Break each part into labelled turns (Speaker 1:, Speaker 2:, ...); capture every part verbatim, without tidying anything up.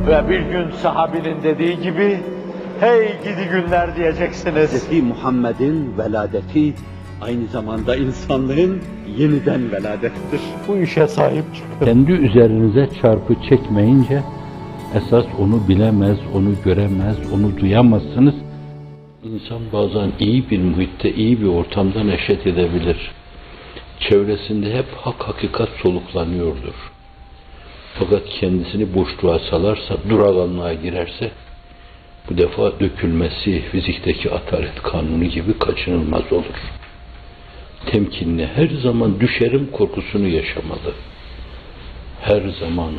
Speaker 1: Ve bir gün sahabinin dediği gibi, hey gidi günler diyeceksiniz.
Speaker 2: Hazreti Muhammed'in veladeti aynı zamanda insanlığın yeniden veladettir.
Speaker 1: Bu işe sahip çıkın.
Speaker 3: Kendi üzerinize çarpı çekmeyince, esas onu bilemez, onu göremez, onu duyamazsınız. İnsan bazen iyi bir muhitte, iyi bir ortamda neşet edebilir. Çevresinde hep hak hakikat soluklanıyordur. Fakat kendisini boşluğa salarsa, duraganlığa girerse, bu defa dökülmesi fizikteki atalet kanunu gibi kaçınılmaz olur. Temkinli, her zaman düşerim korkusunu yaşamalı. Her zaman.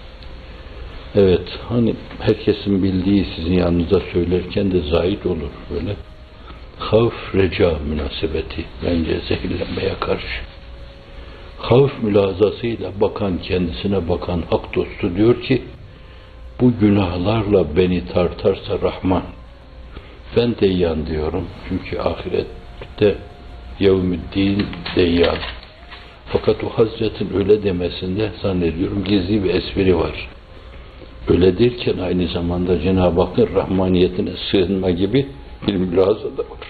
Speaker 3: Evet, hani herkesin bildiği sizin yanınıza söylerken de zahit olur böyle. Havf reca münasebeti bence zehirlenmeye karşı. Havf mülazasıyla bakan, kendisine bakan hak dostu diyor ki, bu günahlarla beni tartarsa Rahman, ben deyyan diyorum. Çünkü ahirette yevmüddin deyyan. Fakat o Hazret'in öyle demesinde zannediyorum gizli bir espri var. Öyle derken aynı zamanda Cenab-ı Hakk'ın rahmaniyetine sığınma gibi bir mülaza da var.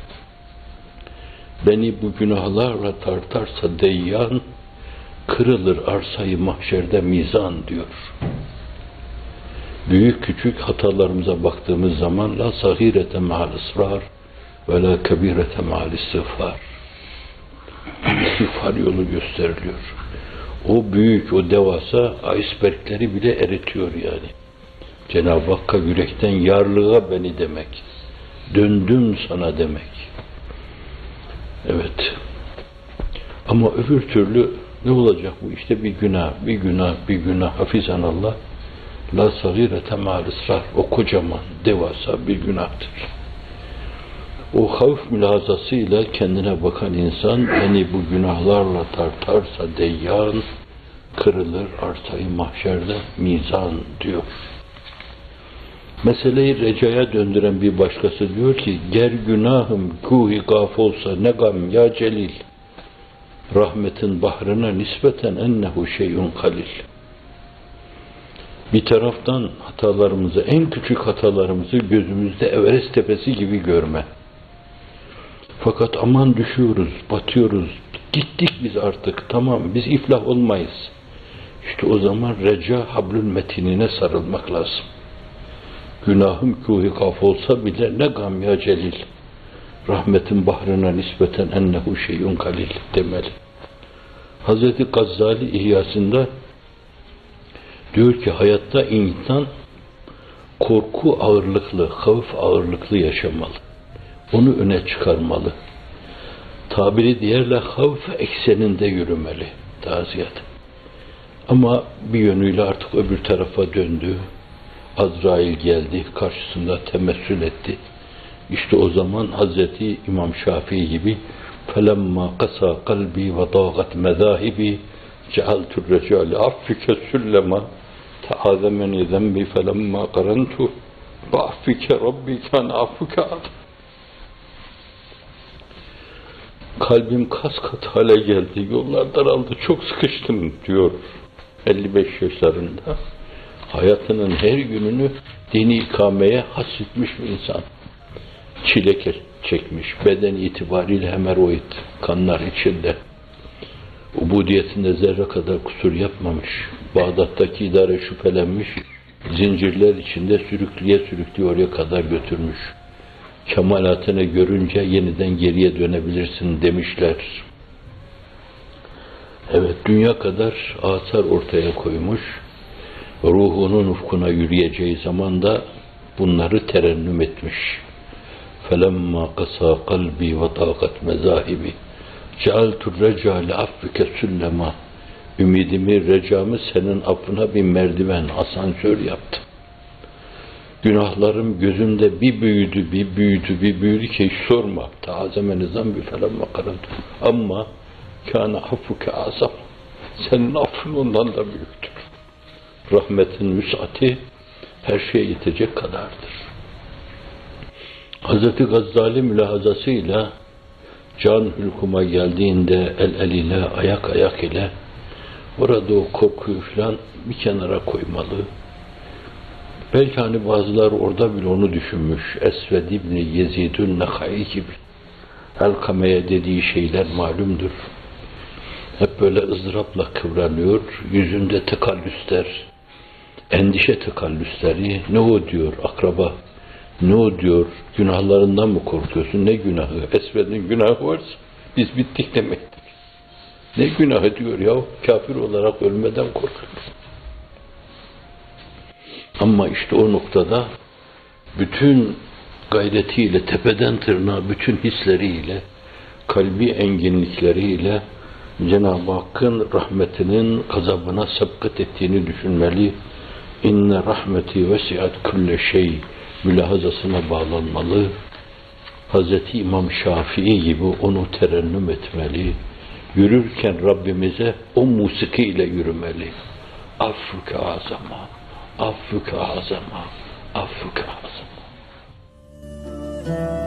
Speaker 3: Beni bu günahlarla tartarsa deyyan, kırılır arsayı mahşerde mizan diyor. Büyük küçük hatalarımıza baktığımız zaman la sahirete ma'al ısrar ve la kebirete ma'al istiğfar. İstiğfar yolu gösteriliyor. O büyük, o devasa icebergleri bile eritiyor yani. Cenab-ı Hakk'a yürekten yarlığa beni demek. Döndüm sana demek. Evet. Ama öbür türlü ne olacak bu? İşte bir günah, bir günah, bir günah. Hafizanallah. La sagirete ma'al ısrar. O kocaman, devasa bir günahtır. O havf mülazasıyla kendine bakan insan, beni bu günahlarla tartarsa deyyan, kırılır arsayı mahşerde mizan diyor. Meseleyi recaya döndüren bir başkası diyor ki, ger günahım kuhi gaf olsa ne gam ya celil, rahmetin bahrına nispeten ennehu şeyun kalil. Bir taraftan hatalarımızı, en küçük hatalarımızı gözümüzde Everest tepesi gibi görme. Fakat aman düşüyoruz, batıyoruz, gittik biz artık, tamam biz iflah olmayız. İşte o zaman reca hablül metinine sarılmak lazım. Günahım kuhi kaf olsa bile ne gam ya celil, rahmetin bahrına nispeten ennehu şeyun kalil demeli. Hazreti Gazzali İhyasında diyor ki hayatta insan korku ağırlıklı, havf ağırlıklı yaşamalı. Onu öne çıkarmalı. Tabiri diğerle havf ekseninde yürümeli. Daha ziyade. Ama bir yönüyle artık öbür tarafa döndü. Azrail geldi, karşısında temessül etti. İşte o zaman Hazreti İmam Şafii gibi فَلَمَّا قَسَى قَلْبِي وَضَاغَتْ مَذَاهِبِي جَعَلْتُ الرَّجَالِ عَفِّكَ سُلَّمًا تَعَاذَمَنِي ذَنْبِي فَلَمَّا قَرَنْتُ بَعْفِكَ رَبِّي كَانَ عَفُّكَ عَدًا. Kalbim kas kat hale geldi, yollar daraldı, çok sıkıştım diyor elli beş yaşlarında. Hayatının her gününü dini ikameye hasretmiş bir insan. Çile çekmiş, beden itibariyle hemeroid, kanlar içinde. Ubudiyetinde zerre kadar kusur yapmamış. Bağdat'taki idare şüphelenmiş, zincirler içinde sürükleye sürükleye oraya kadar götürmüş. Kemalatını görünce yeniden geriye dönebilirsin demişler. Evet, dünya kadar asar ortaya koymuş. Ruhunun ufkuna yürüyeceği zaman da bunları terennüm etmiş. فَلَمَّا قَسَى قَلْبِي وَطَاقَتْ مَذَاهِبِي جَعَلْتُ الرَّجَى لَعَفِّكَ سُلَّمًا. Ümidimi, recamı senin affına bir merdiven, asansör yaptım. Günahlarım gözümde bir büyüdü, bir büyüdü, bir büyüdü ki hiç sorma. تَعَزَمَنِ ذَنْبِ فَلَمَّا قَرَنْتُ. Ama كَانَ عَفُّكَ azam. Senin affın ondan da büyüktür. Rahmetin vüs'ati her şeye yetecek kadardır. Hazreti Gazzali mülahazasıyla can hülkuma geldiğinde el el ile, ayak ayak ile orada o korkuyu falan bir kenara koymalı. Belki hani bazıları orada bile onu düşünmüş. Esved İbni Yezid'ün Nekai gibi. Elkame'ye dediği şeyler malumdur. Hep böyle ızdırapla kıvranıyor, yüzünde tekallüsler, endişe tekallüsleri. Ne o diyor akraba, ne o diyor, günahlarından mı korkuyorsun? Ne günahı? Esved'in günahı varsa biz bittik demektir. Ne günahı diyor ya, kafir olarak ölmeden korkuyor. Ama işte o noktada bütün gayretiyle, tepeden tırnağa, bütün hisleriyle, kalbi enginlikleriyle Cenab-ı Hakk'ın rahmetinin gazabına sabıkat ettiğini düşünmeli. İnne rahmeti vesiat külle şey mülahazasına bağlanmalı. Hazreti İmam Şafii gibi onu terennüm etmeli. Yürürken Rabbimize o musiki ile yürümeli. Affuke azama, affuke azama, affuke azama.